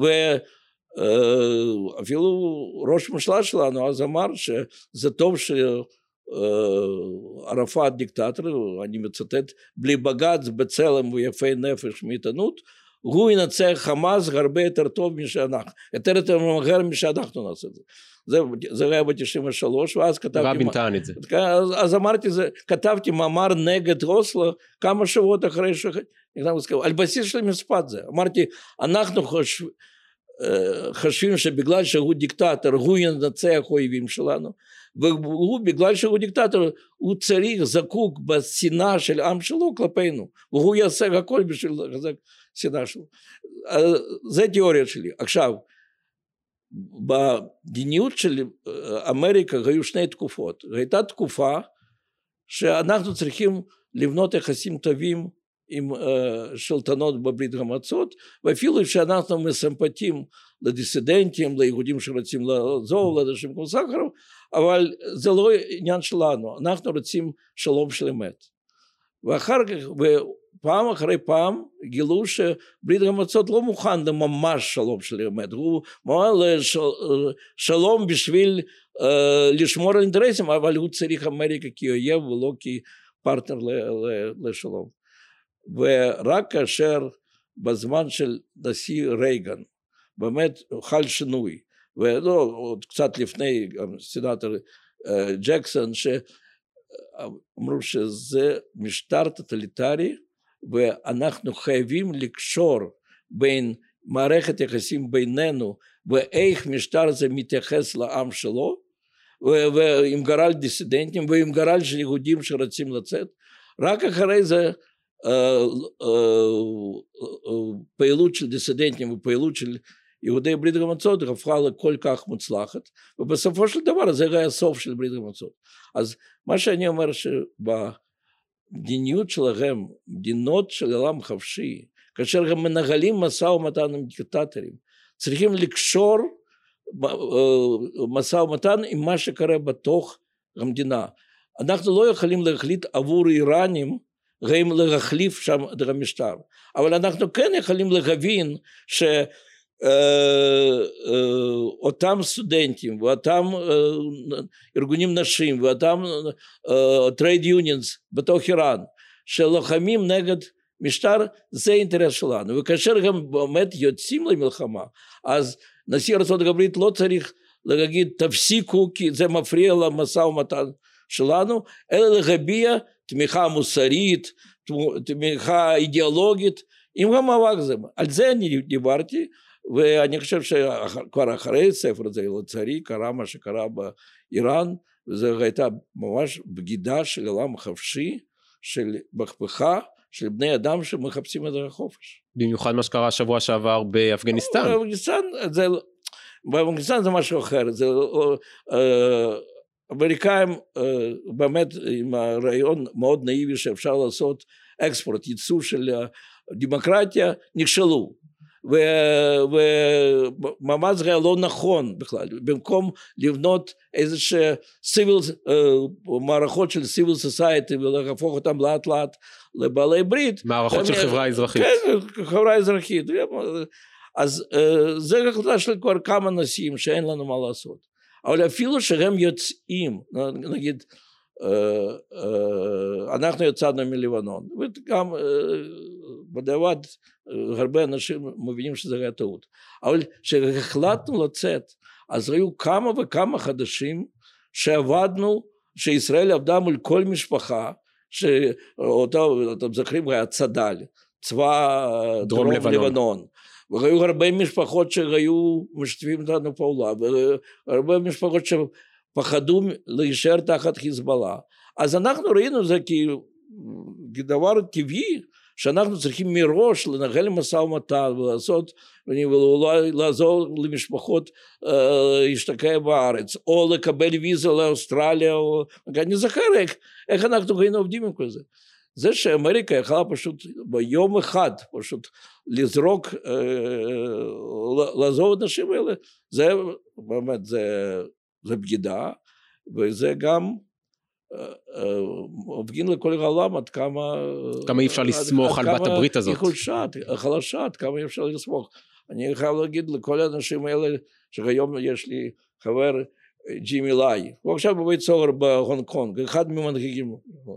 ואפילו ראש ממשלה שלנו אז אמר שזה טוב שערפאת דיקטטור, אני מצטט, בלי בג"ץ, בצלם ויפי נפש מעיתונות, הוא ינצח חמאס הרבה יותר טוב משאנחנו, יותר מהר משאנחנו נעשה את זה. זה היה ב-93, ואז כתבתי... רבין טען את זה. אז אמרתי, כתבתי מאמר נגד אוסלו, כמה שבועות אחרי על בסיס של משפט זה. אמרתי, אנחנו חושבים שבגלל שהוא דיקטטור, הוא ינצח אויבים שלנו, והוא בגלל שהוא דיקטטור, הוא צריך, זקוק בשנאה של עם שלו כלפינו, והוא יעשה הכל בשביל לחזק שנאה שלו. זה תיאוריה שלי. עכשיו, במדיניות של אמריקה היו שני תקופות. הייתה תקופה שאנחנו צריכים לבנות יחסים טובים עם שלטונות בברית המועצות, ואפילו שאנחנו מסמפתים לדיסידנטים, ליהודים שרוצים לעזוב, לאנשים כמו סחרוב, אבל זה לא עניין שלנו, אנחנו רוצים שלום של אמת. ואחר כך, פעם אחרי פעם, גילו שברית המועצות לא מוכן לממש שלום של אמת, הוא מוכן לשלום בשביל לשמור על אינטרסים, אבל הוא צריך אמריקה כאויב ולא כפרטנר לשלום. ורק כאשר בזמן של נשיא רייגן באמת חל שינוי, ולא עוד קצת לפני גם סנאטור ג'קסון, שאמרו שזה משטר טוטליטרי ואנחנו חייבים לקשור בין מערכת יחסים בינינו ואיך משטר זה מתייחס לעם שלו, ועם גורל דיסידנטים ועם גורל של יהודים שרוצים לצאת. רק אחרי זה פעילות של דיסידנטים ופעילות של יהודי ברית המועצות הפכה לכל כך מוצלחת, ובסופו של דבר זה היה הסוף של ברית המועצות. אז מה שאני אומר שבמדיניות שלהם, מדינות של עולם חופשי, כאשר הם מנהלים משא ומתן עם דיקטטורים, צריכים לקשור משא ומתן עם מה שקורה בתוך המדינה. אנחנו לא יכולים להחליט עבור איראנים גם להחליף שם את המשטר, אבל אנחנו כן יכולים להבין שאותם סטודנטים ואותם ארגונים נשים ואותם טרייד יוניונס בתוך איראן שלוחמים נגד משטר, זה אינטרס שלנו, וכאשר הם באמת יוצאים למלחמה, אז נשיא ארצות הברית לא צריך להגיד תפסיקו כי זה מפריע למשא ומתן שלנו, אלא להביע תמיכה מוסרית, תמיכה אידיאולוגית עם המאבק הזה. על זה אני דיברתי, ואני חושב שכבר אחרי הספר הזה לצערי קרה מה שקרה באיראן, וזו הייתה ממש בגידה של עולם חופשי, של מהפכה של בני אדם שמחפשים את החופש. במיוחד מה שקרה שבוע שעבר באפגניסטן. באפגניסטן זה משהו אחר, זה אמריקאים באמת עם הרעיון מאוד נאיבי שאפשר לעשות אקספורט, ייצוא של דמוקרטיה, נכשלו, וממש זה היה לא נכון בכלל, במקום לבנות איזה מערכות של סיביל סוסייטי ולהפוך אותם לאט לאט לבעלי ברית. מערכות של חברה אזרחית. כן, חברה אזרחית. אז זה החלטה של כבר כמה נושאים שאין לנו מה לעשות. אבל אפילו שהם יוצאים, נגיד, אנחנו יצאנו מלבנון, וגם בדיעבד הרבה אנשים מבינים שזה היה טעות, אבל כשהחלטנו לצאת, אז היו כמה וכמה חדשים שעבדנו, שישראל עבדה מול כל משפחה, שאותו, אתם זוכרים, היה צד"ל, צבא דרום לבנון, והיו הרבה משפחות שהיו משתפים אותנו פעולה, והרבה משפחות שפחדו להישאר תחת חיזבאללה. אז אנחנו ראינו זה כדבר טבעי, שאנחנו צריכים מראש לנהל משא ומתן ולעשות, ואולי לעזור למשפחות להשתקע בארץ, או לקבל ויזה לאוסטרליה, אני זוכר איך אנחנו היינו עובדים עם כל זה. זה שאמריקה יכלה פשוט ביום אחד פשוט לזרוק, לעזוב את הנשים האלה, זה באמת, זה בגידה, וזה גם מפגין לכל העולם עד כמה אי אפשר לסמוך על בת הברית הזאת. היא חלשה, עד כמה אי אפשר לסמוך. אני חייב להגיד לכל האנשים האלה, שהיום יש לי חבר ג'ימי לי, הוא עכשיו בבית סוהר בהונג קונג, אחד ממנהיגים,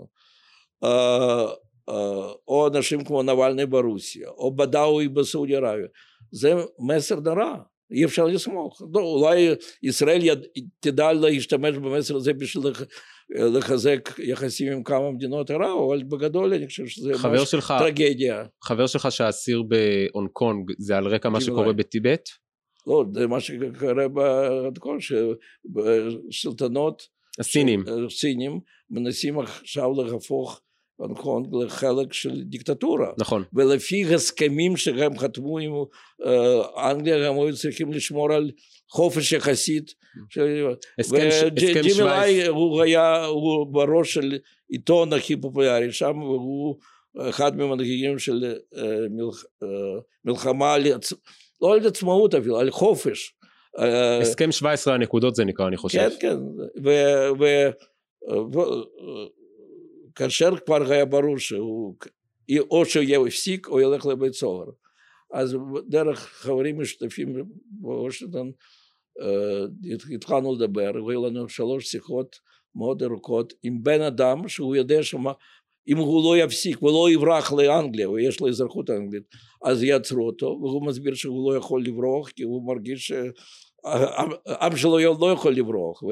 או אנשים כמו נבלני ברוסיה, או בדאוי בסעודיה ערביה, זה מסר נורא, אי אפשר לסמוך. אולי ישראל תדע להשתמש במסר הזה בשביל לחזק יחסים עם כמה מדינות ערב, אבל בגדול אני חושב שזה ממש טרגדיה. חבר שלך שהאסיר בהונג קונג, זה על רקע מה שקורה בטיבט? לא, זה מה שקורה בהונג קונג, ששלטונות הסינים מנסים עכשיו להפוך הונג קונג לחלק של דיקטטורה. נכון. ולפי הסכמים שהם חתמו עם אנגליה, הם היו צריכים לשמור על חופש יחסית. וג'ימי לי הוא בראש של עיתון הכי פופולרי שם, והוא אחד מהמנהיגים של מלחמה לא על עצמאות אפילו, על חופש. הסכם 17 הנקודות זה נקרא, אני חושב. כן, וכאשר כבר היה ברור שהוא או שהוא יפסיק או ילך לבית סוהר, אז דרך חברים משותפים בוושינגטון התחלנו לדבר, והיו לנו 3 שיחות מאוד ארוכות עם בן אדם שהוא יודע אם הוא לא יפסיק ולא יברח לאנגליה, ויש לו אזרחות אנגלית, אז יעצרו אותו, והוא מסביר שהוא לא יכול לברוח, כי הוא מרגיש שהעם שלו לא יכול לברוח,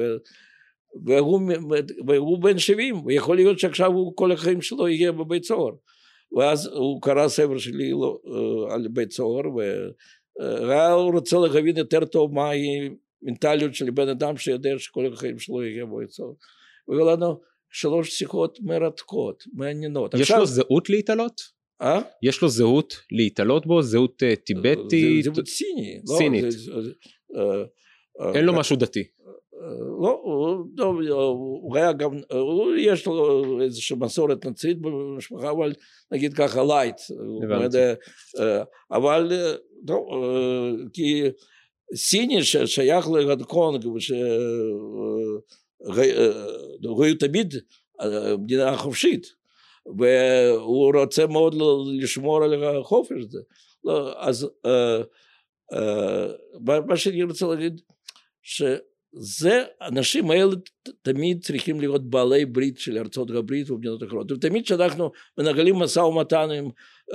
והוא בן 70, ויכול להיות שעכשיו כל החיים שלו יהיה בבית סוהר. ואז הוא קרא ספר שלי על בית סוהר, והוא רוצה להבין יותר טוב מהי מנטליות של בן אדם שיודע שכל החיים שלו יהיה בבית סוהר. והיו לנו 3 שיחות מרתקות, מעניינות. יש לו זהות להתעלות? יש לו זהות להתעלות בו? זהות טיבטית? זהות סיני. סינית. אין לו משהו דתי. לא, הוא היה גם, יש לו איזושהי מסורת נוצרית במשפחה, אבל נגיד ככה לייט. אבל כי סיני ששייך להונג קונג, הוא תמיד מדינה חופשית, והוא רוצה מאוד לשמור על החופש הזה. אז מה שאני רוצה להגיד, שזה, אנשים האלה תמיד צריכים להיות בעלי ברית של ארצות הברית ומדינות אחרות, ותמיד שאנחנו מנהלים משא ומתן עם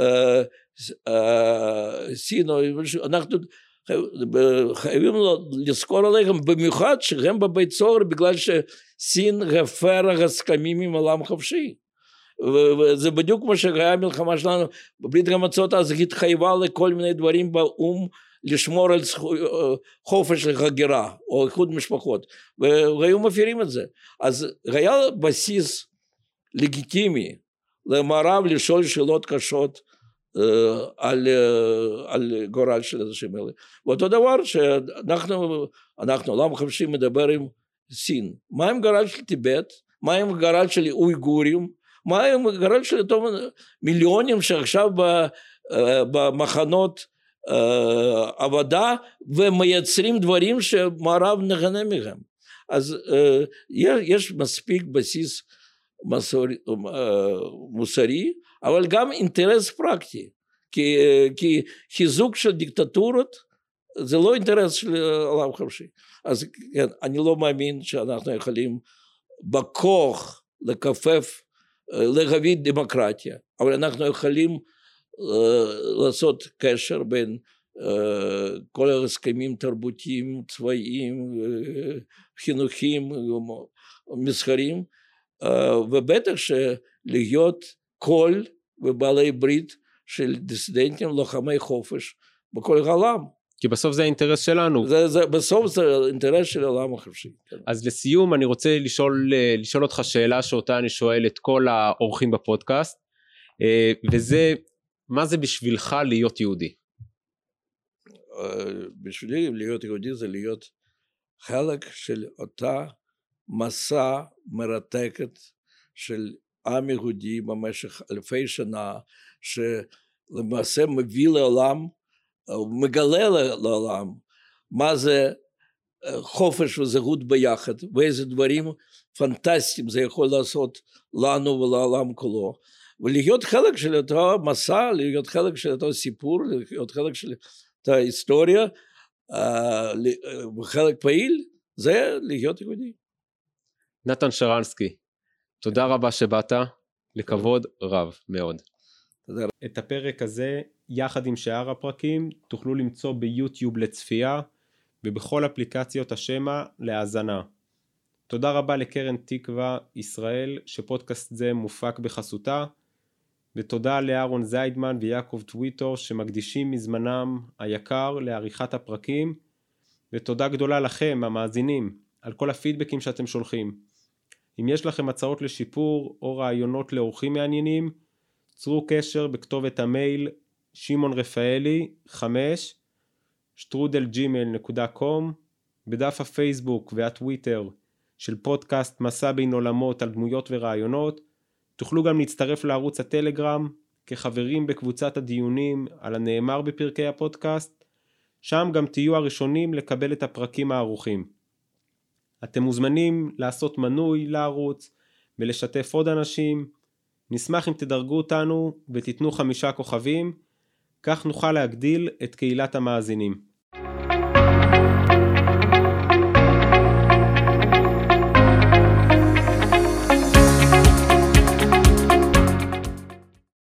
סין, אנחנו חייבים לזכור עליהם, במיוחד שהם בבית סוהר בגלל שסין הפרה הסכמים עם העולם חופשי, וזה בדיוק כמו שהיה מלחמה שלנו, בברית המועצות אז התחייבה לכל מיני דברים באום, לשמור על חופש להגירה או איחוד משפחות, והיו מפירים את זה. אז היה בסיס לגיטימי למערב לשאול שאלות קשות על גורל של אנשים האלה. ואותו דבר שאנחנו עולם חופשי מדבר עם סין, מה עם גורל של טיבט, מה עם גורל של אויגורים, מה עם גורל של מיליונים שעכשיו במחנות עבודה ומייצרים דברים שמערב נהנה מהם. אז יש מספיק בסיס מוסרי, אבל גם אינטרס פרקטי, כי חיזוק של דיקטטורות זה לא אינטרס של העולם חופשי. אז כן, אני לא מאמין שאנחנו יכולים בכוח לכופף, להביא דמוקרטיה, אבל אנחנו יכולים לעשות קשר בין כל ההסכמים תרבותיים, צבאיים, חינוכיים, מסחריים, ובטח שלהיות קול ובעלי ברית של דיסידנטים, לוחמי חופש בכל העולם. כי בסוף זה האינטרס שלנו. בסוף זה האינטרס של העולם החופשי. אז לסיום אני רוצה לשאול אותך שאלה שאותה אני שואל את כל האורחים בפודקאסט, וזה, מה זה בשבילך להיות יהודי? בשבילי להיות יהודי זה להיות חלק של אותה מסע מרתקת של עם יהודי במשך אלפי שנה, שלמעשה מביא לעולם, מגלה לעולם, מה זה חופש וזהות ביחד, ואיזה דברים פנטסטיים זה יכול לעשות לנו ולעולם כולו. ולהיות חלק של אותו מסע, להיות חלק של אותו סיפור, להיות חלק של אותה היסטוריה, וחלק פעיל, זה להיות יהודי. נתן שרנסקי, תודה רבה שבאת, לכבוד רב מאוד. תודה. את הפרק הזה, יחד עם שאר הפרקים, תוכלו למצוא ביוטיוב לצפייה, ובכל אפליקציות השמה להאזנה. תודה רבה לקרן תקווה ישראל, שפודקאסט זה מופק בחסותה, ותודה לאהרון זיידמן ויעקב טוויטור שמקדישים מזמנם היקר לעריכת הפרקים, ותודה גדולה לכם המאזינים על כל הפידבקים שאתם שולחים. אם יש לכם הצעות לשיפור או רעיונות לאורחים מעניינים, צרו קשר בכתובת המייל shimonrafaeli5@gmail.com, בדף הפייסבוק והטוויטר של פודקאסט מסע בין עולמות על דמויות ורעיונות. תוכלו גם להצטרף לערוץ הטלגרם כחברים בקבוצת הדיונים על הנאמר בפרקי הפודקאסט, שם גם תהיו הראשונים לקבל את הפרקים הערוכים. אתם מוזמנים לעשות מנוי לערוץ ולשתף עוד אנשים. נשמח אם תדרגו אותנו ותיתנו 5 כוכבים, כך נוכל להגדיל את קהילת המאזינים.